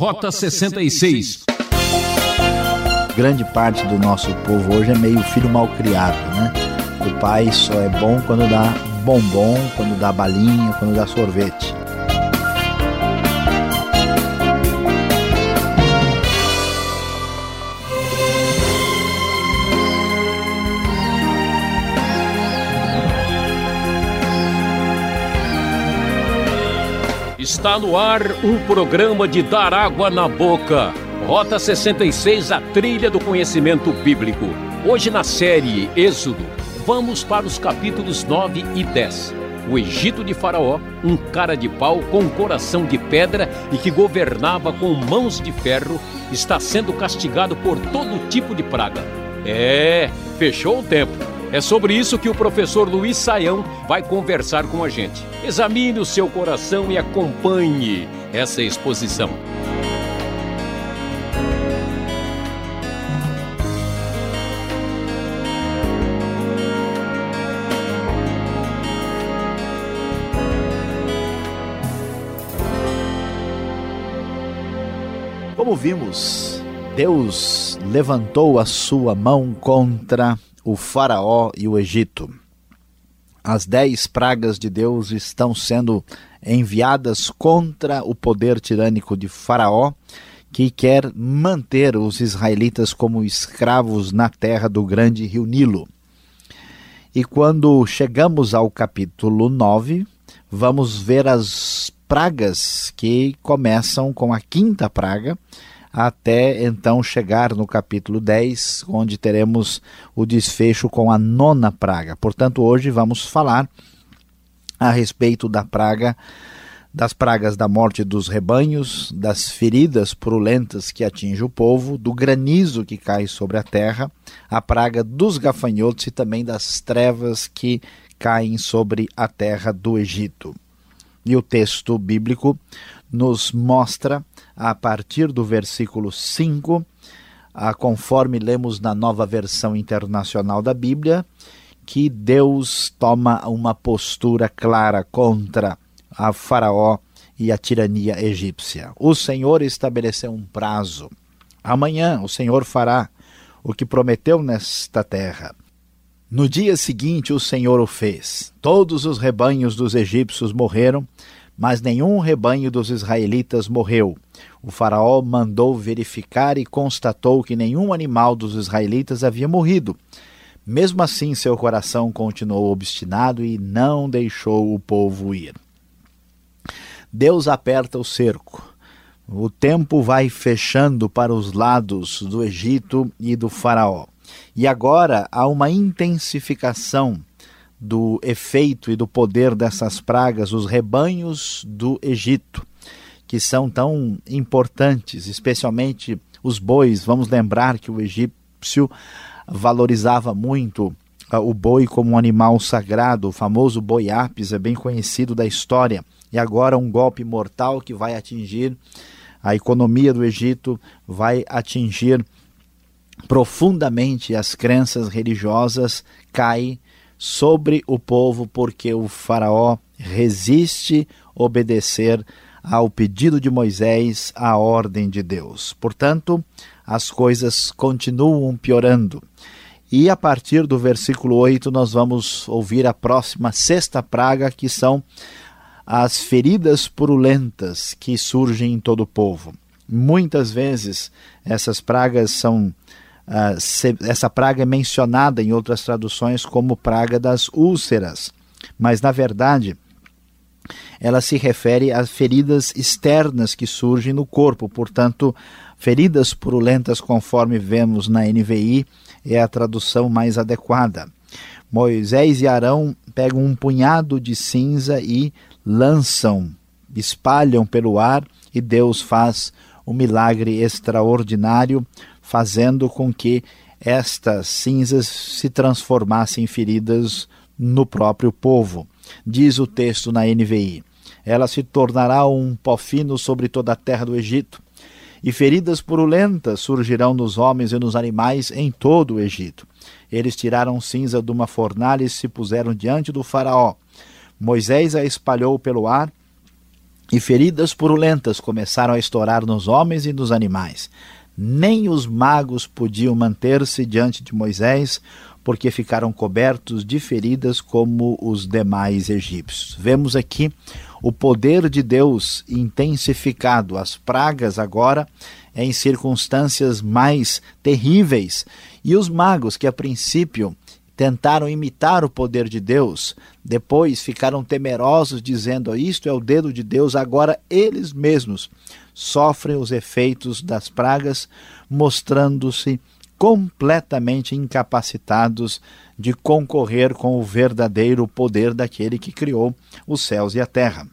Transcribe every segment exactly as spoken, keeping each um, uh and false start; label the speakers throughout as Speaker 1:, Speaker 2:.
Speaker 1: Rota sessenta e seis.
Speaker 2: Grande parte do nosso povo hoje é meio filho mal criado, né? O pai só é bom quando dá bombom, quando dá balinha, quando dá sorvete.
Speaker 1: Está no ar um programa de dar água na boca. Rota sessenta e seis, a trilha do conhecimento bíblico. Hoje na série Êxodo, vamos para os capítulos nove e dez. O Egito de Faraó, um cara de pau com um coração de pedra e que governava com mãos de ferro, está sendo castigado por todo tipo de praga. É, fechou o tempo. É sobre isso que o professor Luiz Saião vai conversar com a gente. Examine o seu coração e acompanhe essa exposição.
Speaker 2: Como vimos, Deus levantou a sua mão contra o Faraó e o Egito. As dez pragas de Deus estão sendo enviadas contra o poder tirânico de Faraó, que quer manter os israelitas como escravos na terra do grande rio Nilo. E quando chegamos ao capítulo nove, vamos ver as pragas que começam com a quinta praga, até então chegar no capítulo dez, onde teremos o desfecho com a nona praga. Portanto, hoje vamos falar a respeito da praga, das pragas da morte dos rebanhos, das feridas purulentas que atingem o povo, do granizo que cai sobre a terra, a praga dos gafanhotos e também das trevas que caem sobre a terra do Egito. E o texto bíblico nos mostra, a partir do versículo cinco, a, conforme lemos na Nova Versão Internacional da Bíblia, que Deus toma uma postura clara contra a Faraó e a tirania egípcia. O Senhor estabeleceu um prazo. Amanhã o Senhor fará o que prometeu nesta terra. No dia seguinte o Senhor o fez. Todos os rebanhos dos egípcios morreram, mas nenhum rebanho dos israelitas morreu. O faraó mandou verificar e constatou que nenhum animal dos israelitas havia morrido. Mesmo assim, seu coração continuou obstinado e não deixou o povo ir. Deus aperta o cerco. O tempo vai fechando para os lados do Egito e do faraó. E agora há uma intensificação do efeito e do poder dessas pragas, os rebanhos do Egito, que são tão importantes, especialmente os bois. Vamos lembrar que o egípcio valorizava muito uh, o boi como um animal sagrado. O famoso boi Apis é bem conhecido da história. E agora um golpe mortal que vai atingir a economia do Egito, vai atingir profundamente as crenças religiosas, cai sobre o povo porque o faraó resiste obedecer ao pedido de Moisés, à ordem de Deus. Portanto, as coisas continuam piorando. E a partir do versículo oito nós vamos ouvir a próxima sexta praga, que são as feridas purulentas que surgem em todo o povo. Muitas vezes essas pragas são Uh, se, essa praga é mencionada em outras traduções como praga das úlceras, mas na verdade ela se refere a feridas externas que surgem no corpo. Portanto, feridas purulentas, conforme vemos na N V I, é a tradução mais adequada. Moisés e Arão pegam um punhado de cinza e lançam, espalham pelo ar, e Deus faz um milagre extraordinário, fazendo com que estas cinzas se transformassem em feridas no próprio povo. Diz o texto na N V I: ela se tornará um pó fino sobre toda a terra do Egito, e feridas purulentas surgirão nos homens e nos animais em todo o Egito. Eles tiraram cinza de uma fornalha e se puseram diante do faraó. Moisés a espalhou pelo ar, e feridas purulentas começaram a estourar nos homens e nos animais. Nem os magos podiam manter-se diante de Moisés, porque ficaram cobertos de feridas como os demais egípcios. Vemos aqui o poder de Deus intensificado, as pragas agora em circunstâncias mais terríveis. E os magos, que a princípio tentaram imitar o poder de Deus, depois ficaram temerosos, dizendo: isto é o dedo de Deus. Agora eles mesmos sofrem os efeitos das pragas, mostrando-se completamente incapacitados de concorrer com o verdadeiro poder daquele que criou os céus e a terra.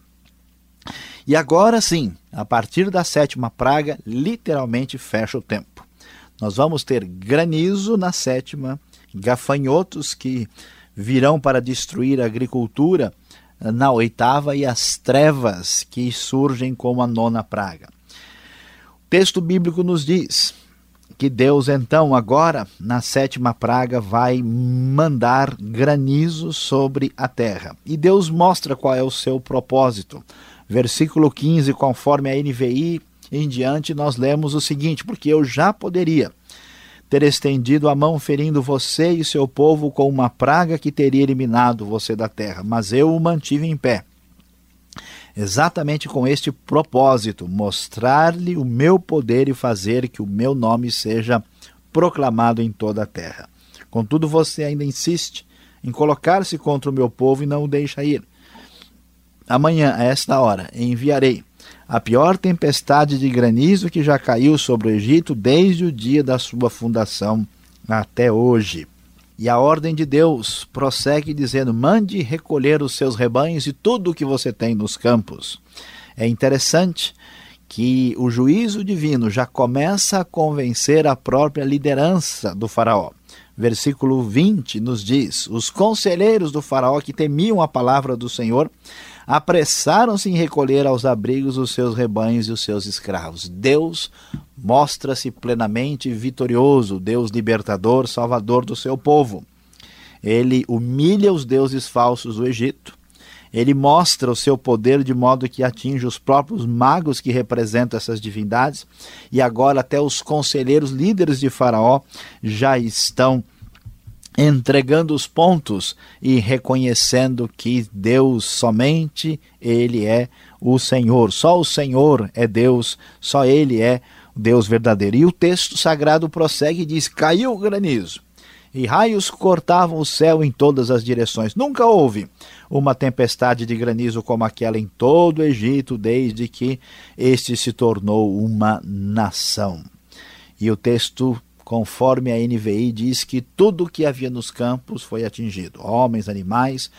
Speaker 2: E agora sim, a partir da sétima praga, literalmente fecha o tempo. Nós vamos ter granizo na sétima, gafanhotos que virão para destruir a agricultura na oitava e as trevas que surgem como a nona praga. O texto bíblico nos diz que Deus então agora na sétima praga vai mandar granizo sobre a terra. E Deus mostra qual é o seu propósito. Versículo quinze, conforme a N V I em diante, nós lemos o seguinte: porque eu já poderia ter estendido a mão ferindo você e seu povo com uma praga que teria eliminado você da terra, mas eu o mantive em pé. Exatamente com este propósito, mostrar-lhe o meu poder e fazer que o meu nome seja proclamado em toda a terra. Contudo, você ainda insiste em colocar-se contra o meu povo e não o deixa ir. Amanhã, a esta hora, enviarei a pior tempestade de granizo que já caiu sobre o Egito desde o dia da sua fundação até hoje. E a ordem de Deus prossegue dizendo: mande recolher os seus rebanhos e tudo o que você tem nos campos. É interessante que o juízo divino já começa a convencer a própria liderança do faraó. Versículo vinte nos diz: os conselheiros do faraó, que temiam a palavra do Senhor, apressaram-se em recolher aos abrigos os seus rebanhos e os seus escravos. Deus mostra-se plenamente vitorioso, Deus libertador, salvador do seu povo. Ele humilha os deuses falsos do Egito. Ele mostra o seu poder de modo que atinge os próprios magos que representam essas divindades. E agora até os conselheiros líderes de Faraó já estão entregando os pontos e reconhecendo que Deus somente Ele é o Senhor. Só o Senhor é Deus, só Ele é Deus verdadeiro. E o texto sagrado prossegue e diz: caiu o granizo, e raios cortavam o céu em todas as direções. Nunca houve uma tempestade de granizo como aquela em todo o Egito, desde que este se tornou uma nação. E o texto, conforme a N V I, diz que tudo o que havia nos campos foi atingido. Homens, animais,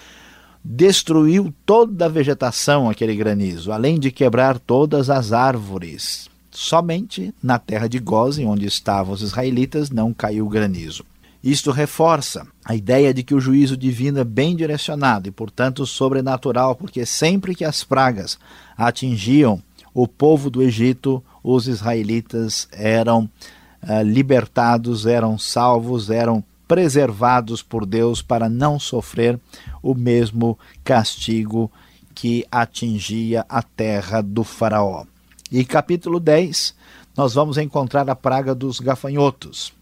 Speaker 2: destruiu toda a vegetação aquele granizo, além de quebrar todas as árvores. Somente na terra de Gósen, onde estavam os israelitas, não caiu granizo. Isto reforça a ideia de que o juízo divino é bem direcionado e, portanto, sobrenatural, porque sempre que as pragas atingiam o povo do Egito, os israelitas eram uh, libertados, eram salvos, eram preservados por Deus para não sofrer o mesmo castigo que atingia a terra do faraó. E capítulo dez, nós vamos encontrar a praga dos gafanhotos.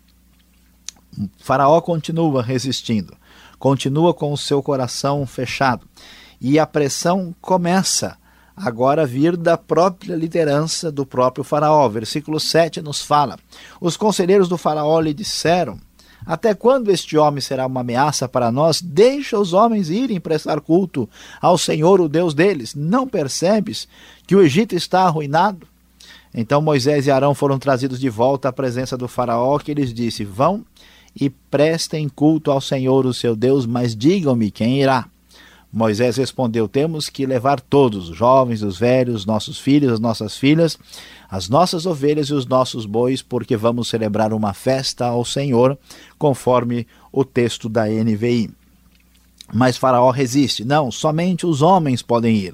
Speaker 2: O faraó continua resistindo, continua com o seu coração fechado, e a pressão começa agora a vir da própria liderança do próprio faraó. Versículo sete nos fala: os conselheiros do faraó lhe disseram: até quando este homem será uma ameaça para nós? Deixa os homens irem prestar culto ao Senhor, o Deus deles. Não percebes que o Egito está arruinado? Então Moisés e Arão foram trazidos de volta à presença do faraó, que lhes disse: vão e prestem culto ao Senhor, o seu Deus, mas digam-me quem irá. Moisés respondeu: temos que levar todos, os jovens, os velhos, nossos filhos, as nossas filhas, as nossas ovelhas e os nossos bois, porque vamos celebrar uma festa ao Senhor, conforme o texto da N V I. Mas Faraó resiste: não, somente os homens podem ir.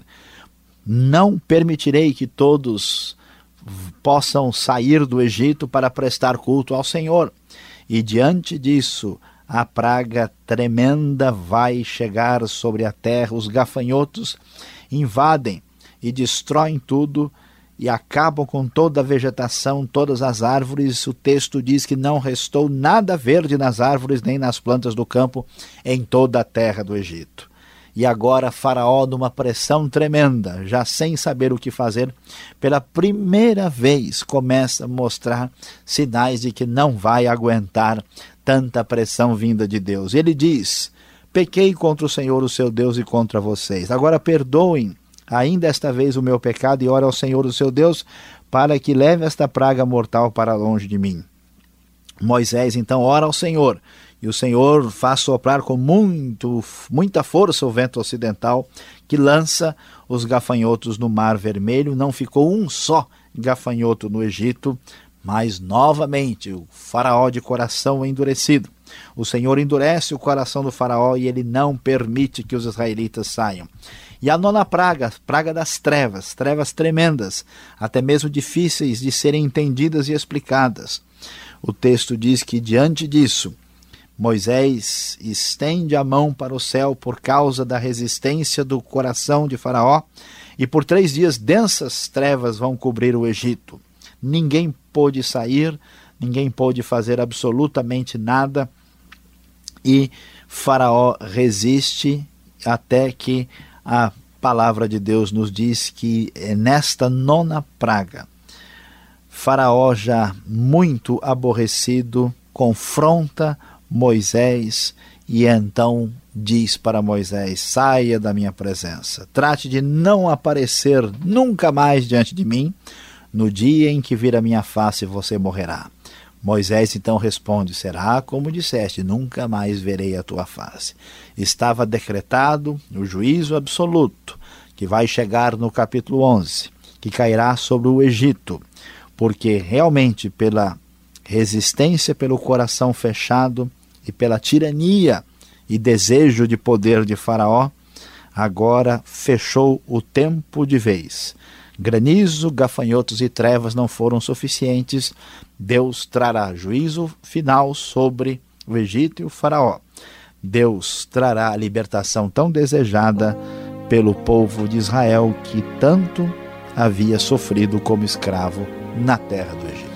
Speaker 2: Não permitirei que todos possam sair do Egito para prestar culto ao Senhor. E diante disso, a praga tremenda vai chegar sobre a terra. Os gafanhotos invadem e destroem tudo e acabam com toda a vegetação, todas as árvores. O texto diz que não restou nada verde nas árvores nem nas plantas do campo em toda a terra do Egito. E agora Faraó, numa pressão tremenda, já sem saber o que fazer, pela primeira vez começa a mostrar sinais de que não vai aguentar tanta pressão vinda de Deus. Ele diz: pequei contra o Senhor, o seu Deus, e contra vocês. Agora perdoem ainda esta vez o meu pecado e ore ao Senhor, o seu Deus, para que leve esta praga mortal para longe de mim. Moisés então ora ao Senhor, e o Senhor faz soprar com muito, muita força o vento ocidental, que lança os gafanhotos no Mar Vermelho. Não ficou um só gafanhoto no Egito, mas novamente o faraó de coração endurecido. O Senhor endurece o coração do faraó e ele não permite que os israelitas saiam. E a nona praga, praga das trevas, trevas tremendas, até mesmo difíceis de serem entendidas e explicadas. O texto diz que diante disso, Moisés estende a mão para o céu por causa da resistência do coração de Faraó, e por três dias densas trevas vão cobrir o Egito. Ninguém pôde sair, ninguém pôde fazer absolutamente nada, e Faraó resiste até que a palavra de Deus nos diz que nesta nona praga, Faraó, já muito aborrecido, confronta Moisés e então diz para Moisés: saia da minha presença, trate de não aparecer nunca mais diante de mim. No dia em que vir a minha face, você morrerá. Moisés então responde: será como disseste, nunca mais verei a tua face. Estava decretado o juízo absoluto, que vai chegar no capítulo onze, que cairá sobre o Egito, porque realmente pela resistência, pelo coração fechado e pela tirania e desejo de poder de Faraó, agora fechou o tempo de vez. Granizo, gafanhotos e trevas não foram suficientes. Deus trará juízo final sobre o Egito e o Faraó. Deus trará a libertação tão desejada pelo povo de Israel, que tanto havia sofrido como escravo na terra do Egito.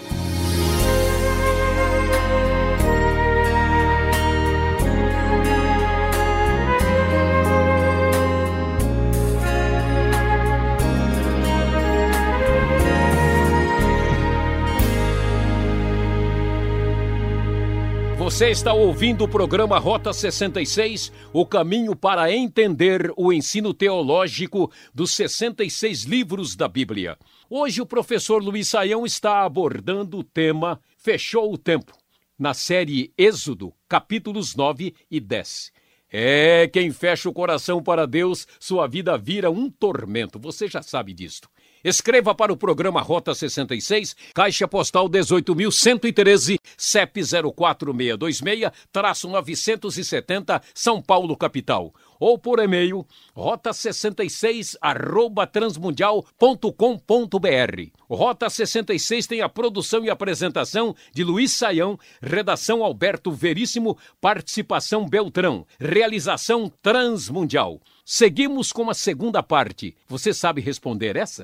Speaker 1: Você está ouvindo o programa Rota sessenta e seis, o caminho para entender o ensino teológico dos sessenta e seis livros da Bíblia. Hoje o professor Luiz Saião está abordando o tema Fechou o Tempo, na série Êxodo, capítulos nove e dez. É, quem fecha o coração para Deus, sua vida vira um tormento, você já sabe disto. Escreva para o programa Rota sessenta e seis, Caixa Postal dezoito mil cento e treze, C E P zero quatro seis dois seis, novecentos e setenta, São Paulo, capital. Ou por e-mail, rota sessenta e seis, arroba transmundial ponto com ponto br. Rota sessenta e seis tem a produção e apresentação de Luiz Saião, redação Alberto Veríssimo, participação Beltrão, realização Transmundial. Seguimos com a segunda parte. Você sabe responder essa?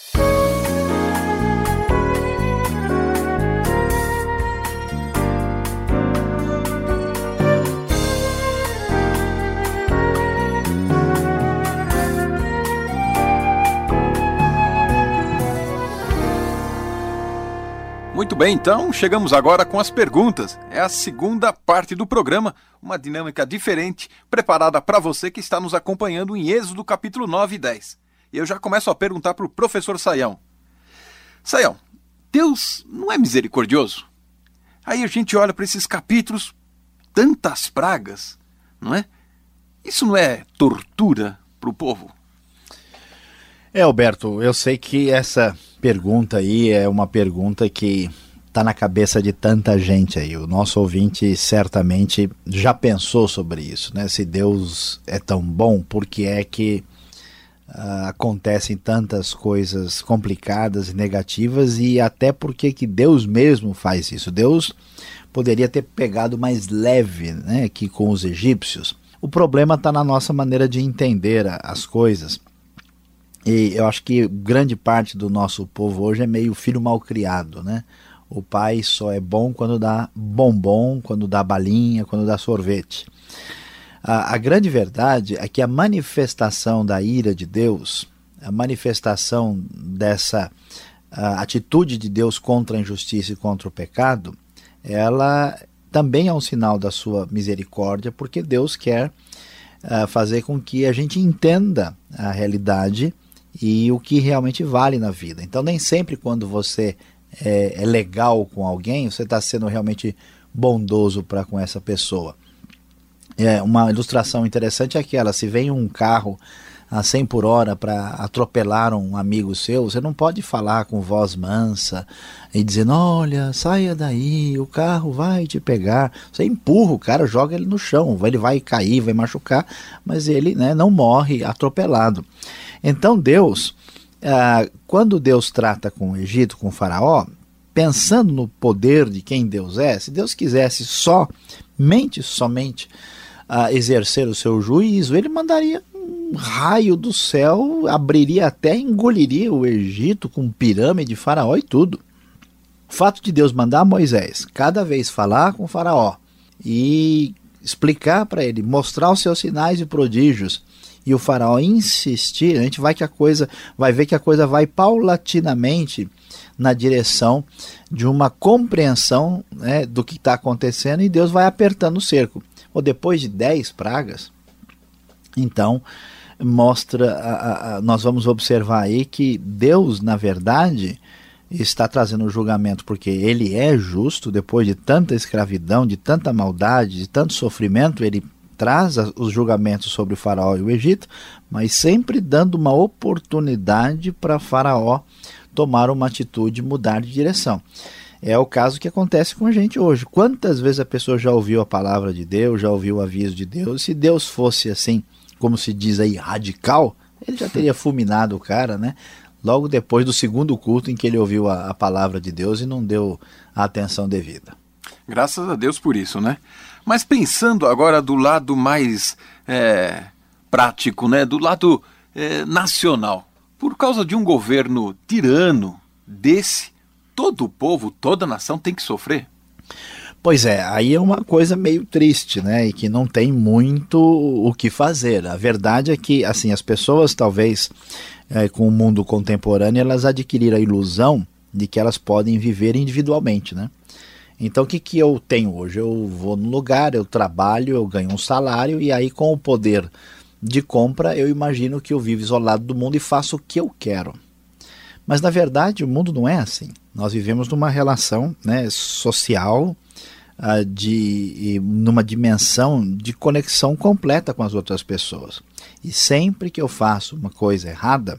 Speaker 3: Muito bem, então chegamos agora com as perguntas. É a segunda parte do programa, uma dinâmica diferente, preparada para você que está nos acompanhando em Êxodo capítulo nove e dez. E eu já começo a perguntar para o professor Saião. Saião, Deus não é misericordioso? Aí a gente olha para esses capítulos, tantas pragas, não é? Isso não é tortura para o povo?
Speaker 2: É, Alberto, eu sei que essa pergunta aí é uma pergunta que está na cabeça de tanta gente aí. O nosso ouvinte certamente já pensou sobre isso, né? Se Deus é tão bom, por que é que uh, acontecem tantas coisas complicadas e negativas, e até por que que Deus mesmo faz isso? Deus poderia ter pegado mais leve, né, que com os egípcios. O problema está na nossa maneira de entender as coisas. E eu acho que grande parte do nosso povo hoje é meio filho mal criado, né? O pai só é bom quando dá bombom, quando dá balinha, quando dá sorvete. A, a grande verdade é que a manifestação da ira de Deus, a manifestação dessa a atitude de Deus contra a injustiça e contra o pecado, ela também é um sinal da sua misericórdia, porque Deus quer uh, fazer com que a gente entenda a realidade e o que realmente vale na vida. Então nem sempre quando você é, é legal com alguém, você está sendo realmente bondoso para com essa pessoa. É, uma ilustração interessante é aquela: se vem um carro a cem por hora para atropelar um amigo seu, você não pode falar com voz mansa e dizendo, olha, saia daí, o carro vai te pegar. Você empurra o cara, joga ele no chão, ele vai cair, vai machucar, mas ele, né, não morre atropelado. Então Deus, ah, quando Deus trata com o Egito, com o faraó, pensando no poder de quem Deus é, se Deus quisesse somente, somente ah, exercer o seu juízo, ele mandaria um raio do céu, abriria até, engoliria o Egito com pirâmide, faraó e tudo. O fato de Deus mandar Moisés cada vez falar com o faraó e explicar para ele, mostrar os seus sinais e prodígios, e o faraó insistir, a gente vai, que a coisa, vai ver que a coisa vai paulatinamente na direção de uma compreensão, né, do que está acontecendo, e Deus vai apertando o cerco. Ou depois de dez pragas, então mostra, a, a, nós vamos observar aí que Deus, na verdade, está trazendo o julgamento porque ele é justo. Depois de tanta escravidão, de tanta maldade, de tanto sofrimento, ele traz os julgamentos sobre o faraó e o Egito, mas sempre dando uma oportunidade para faraó tomar uma atitude, mudar de direção. É o caso que acontece com a gente hoje. Quantas vezes a pessoa já ouviu a palavra de Deus, já ouviu o aviso de Deus? Se Deus fosse assim, como se diz aí, radical, ele já teria fulminado o cara, né? Logo depois do segundo culto em que ele ouviu a, a palavra de Deus e não deu a atenção devida.
Speaker 3: Graças a Deus por isso, né? Mas pensando agora do lado mais é, prático, né? Do lado é, nacional, por causa de um governo tirano desse, todo o povo, toda a nação tem que sofrer?
Speaker 2: Pois é, aí é uma coisa meio triste, né? E que não tem muito o que fazer. A verdade é que, assim, as pessoas talvez é, com o mundo contemporâneo, elas adquiriram a ilusão de que elas podem viver individualmente, né? Então o que, que eu tenho hoje? Eu vou no lugar, eu trabalho, eu ganho um salário, e aí com o poder de compra eu imagino que eu vivo isolado do mundo e faço o que eu quero. Mas na verdade o mundo não é assim. Nós vivemos numa relação, né, social, uh, de, numa dimensão de conexão completa com as outras pessoas. E sempre que eu faço uma coisa errada,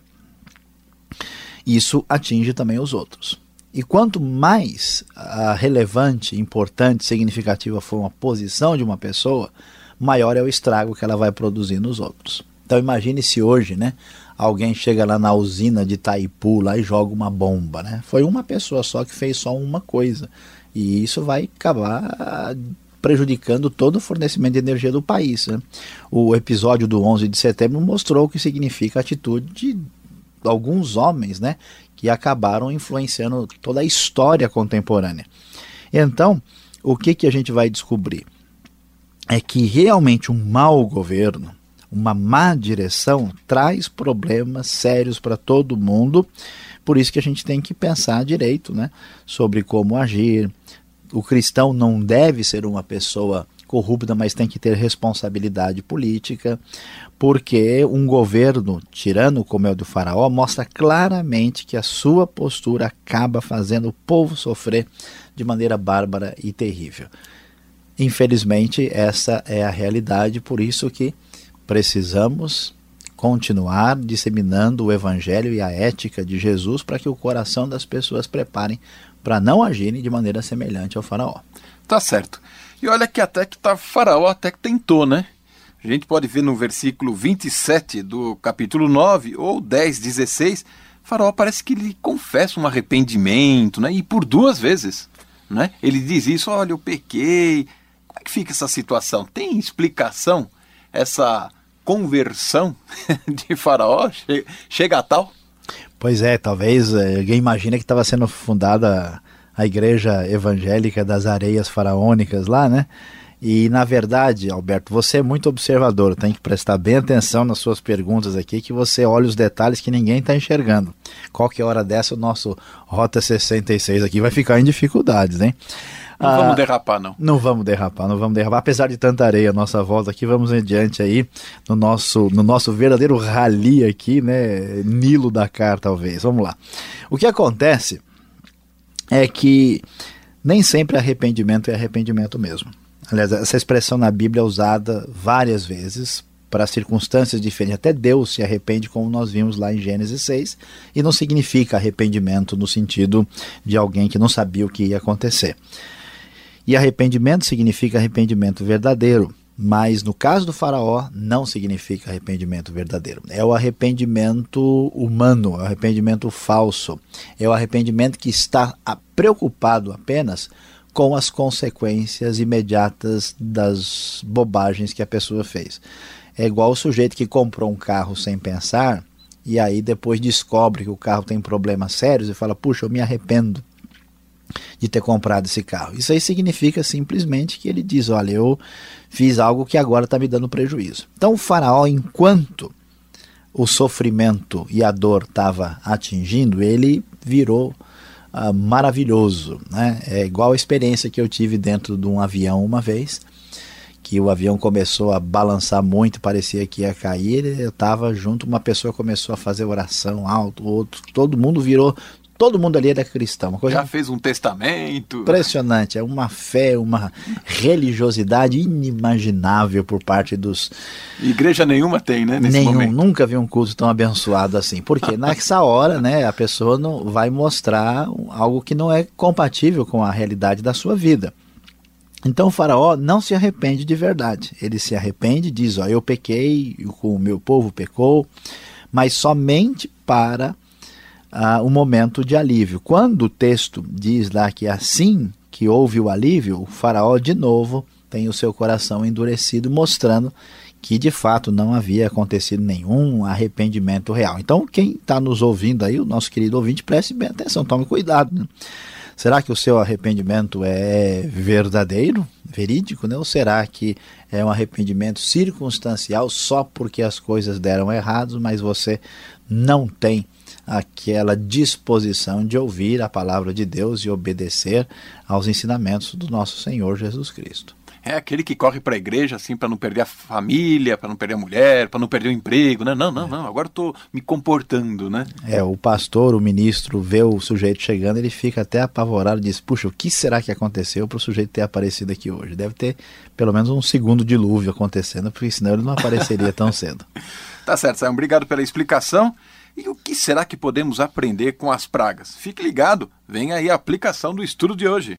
Speaker 2: isso atinge também os outros. E quanto mais uh, relevante, importante, significativa for uma posição de uma pessoa, maior é o estrago que ela vai produzir nos outros. Então imagine se hoje, né, alguém chega lá na usina de Itaipu lá e joga uma bomba, né? Foi uma pessoa só que fez só uma coisa. E isso vai acabar prejudicando todo o fornecimento de energia do país, né? O episódio do onze de setembro mostrou o que significa a atitude de alguns homens, né, que acabaram influenciando toda a história contemporânea. Então, o que, que a gente vai descobrir? É que realmente um mau governo, uma má direção, traz problemas sérios para todo mundo. Por isso que a gente tem que pensar direito, né, sobre como agir. O cristão não deve ser uma pessoa corrupta, mas tem que ter responsabilidade política, porque um governo tirano como é o do faraó mostra claramente que a sua postura acaba fazendo o povo sofrer de maneira bárbara e terrível. Infelizmente essa é a realidade, por isso que precisamos continuar disseminando o evangelho e a ética de Jesus para que o coração das pessoas preparem para não agirem de maneira semelhante ao faraó.
Speaker 3: Tá certo. E olha que até que tá, faraó até que tentou, né? A gente pode ver no versículo vinte e sete do capítulo nove ou dez, dezesseis, faraó parece que ele confessa um arrependimento, né? E por duas vezes, né? Ele diz isso, olha, eu pequei. Como é que fica essa situação? Tem explicação essa conversão de Faraó? Chega a tal?
Speaker 2: Pois é, talvez alguém imagine que estava sendo fundada a igreja evangélica das areias faraônicas lá, né? E na verdade, Alberto, você é muito observador, tem que prestar bem atenção nas suas perguntas aqui, que você olha os detalhes que ninguém está enxergando. Qualquer hora dessa o nosso Rota sessenta e seis aqui vai ficar em dificuldades, hein?
Speaker 3: Não ah, vamos derrapar, não.
Speaker 2: Não vamos derrapar, não vamos derrapar. Apesar de tanta areia à nossa volta aqui, vamos adiante aí no nosso, no nosso verdadeiro rally aqui, né? Nilo Dakar, talvez. Vamos lá. O que acontece é que nem sempre arrependimento é arrependimento mesmo. Aliás, essa expressão na Bíblia é usada várias vezes para circunstâncias diferentes. Até Deus se arrepende, como nós vimos lá em Gênesis seis, e não significa arrependimento no sentido de alguém que não sabia o que ia acontecer. E arrependimento significa arrependimento verdadeiro, mas no caso do Faraó não significa arrependimento verdadeiro. É o arrependimento humano, é o arrependimento falso, é o arrependimento que está preocupado apenas com as consequências imediatas das bobagens que a pessoa fez. É igual o sujeito que comprou um carro sem pensar e aí depois descobre que o carro tem problemas sérios e fala, puxa, eu me arrependo de ter comprado esse carro. Isso aí significa simplesmente que ele diz, olha, eu fiz algo que agora está me dando prejuízo. Então o Faraó, enquanto o sofrimento e a dor estava atingindo, ele virou Uh, maravilhoso, né? É igual a experiência que eu tive dentro de um avião uma vez, que o avião começou a balançar muito, parecia que ia cair, eu estava junto, uma pessoa começou a fazer oração alto, outro, todo mundo virou, todo mundo ali era cristão. Uma coisa
Speaker 3: já fez um testamento.
Speaker 2: Impressionante, é uma fé, uma religiosidade inimaginável por parte dos...
Speaker 3: Igreja nenhuma tem, né, nesse
Speaker 2: Nenhum,
Speaker 3: momento.
Speaker 2: Nunca vi um culto tão abençoado assim, porque nessa hora, né, a pessoa não vai mostrar algo que não é compatível com a realidade da sua vida. Então o Faraó não se arrepende de verdade, ele se arrepende, diz, ó, eu pequei, o meu povo pecou, mas somente para Uh, um momento de alívio. Quando o texto diz lá que assim que houve o alívio, o Faraó de novo tem o seu coração endurecido, mostrando que de fato não havia acontecido nenhum arrependimento real. Então quem está nos ouvindo aí, o nosso querido ouvinte, preste bem atenção, tome cuidado, né? Será que o seu arrependimento é verdadeiro, verídico, né? Ou será que é um arrependimento circunstancial só porque as coisas deram errado, mas você não tem aquela disposição de ouvir a palavra de Deus e obedecer aos ensinamentos do nosso Senhor Jesus Cristo?
Speaker 3: É aquele que corre para a igreja assim para não perder a família, para não perder a mulher, para não perder o emprego, né? Não, não, não, agora estou me comportando, né?
Speaker 2: É, o pastor, o ministro, vê o sujeito chegando, ele fica até apavorado e diz, puxa, o que será que aconteceu para o sujeito ter aparecido aqui hoje? Deve ter pelo menos um segundo dilúvio acontecendo, porque senão ele não apareceria tão cedo.
Speaker 3: Tá certo, Sayão, obrigado pela explicação. E o que será que podemos aprender com as pragas? Fique ligado, vem aí a aplicação do estudo de hoje.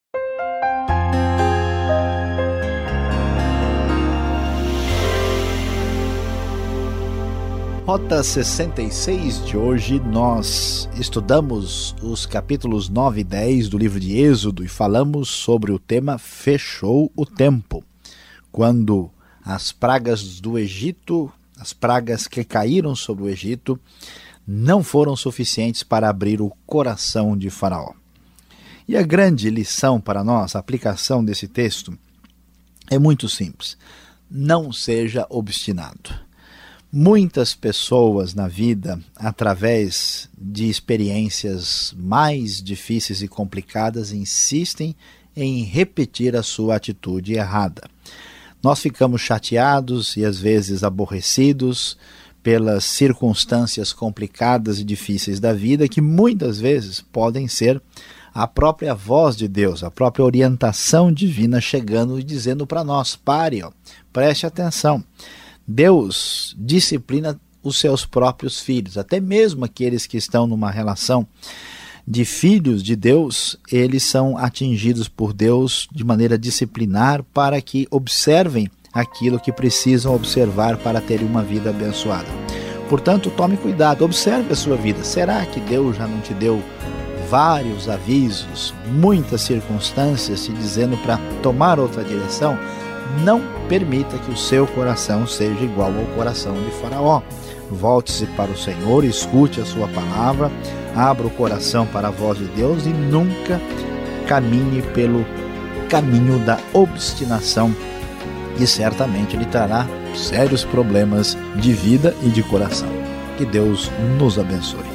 Speaker 2: Rota sessenta e seis de hoje, nós estudamos os capítulos nove e dez do livro de Êxodo e falamos sobre o tema Fechou o Tempo, quando as pragas do Egito, as pragas que caíram sobre o Egito, não foram suficientes para abrir o coração de Faraó. E a grande lição para nós, a aplicação desse texto, é muito simples. Não seja obstinado. Muitas pessoas na vida, através de experiências mais difíceis e complicadas, insistem em repetir a sua atitude errada. Nós ficamos chateados e às vezes aborrecidos pelas circunstâncias complicadas e difíceis da vida, que muitas vezes podem ser a própria voz de Deus, a própria orientação divina chegando e dizendo para nós, pare, ó, preste atenção. Deus disciplina os seus próprios filhos, até mesmo aqueles que estão numa relação de filhos de Deus, eles são atingidos por Deus de maneira disciplinar para que observem aquilo que precisam observar para terem uma vida abençoada. Portanto, tome cuidado, observe a sua vida. Será que Deus já não te deu vários avisos, muitas circunstâncias te dizendo para tomar outra direção? não permita que o seu coração seja igual ao coração de Faraó. Volte-se para o Senhor, escute a sua palavra, abra o coração para a voz de Deus e nunca caminhe pelo caminho da obstinação, e certamente lhe trará sérios problemas de vida e de coração. Que Deus nos abençoe.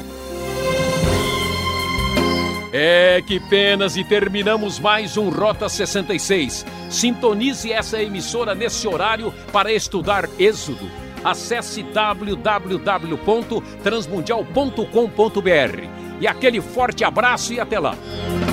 Speaker 1: É, que penas, e terminamos mais um Rota sessenta e seis. Sintonize essa emissora nesse horário para estudar Êxodo. Acesse w w w ponto transmundial ponto com ponto b r. E aquele forte abraço e até lá.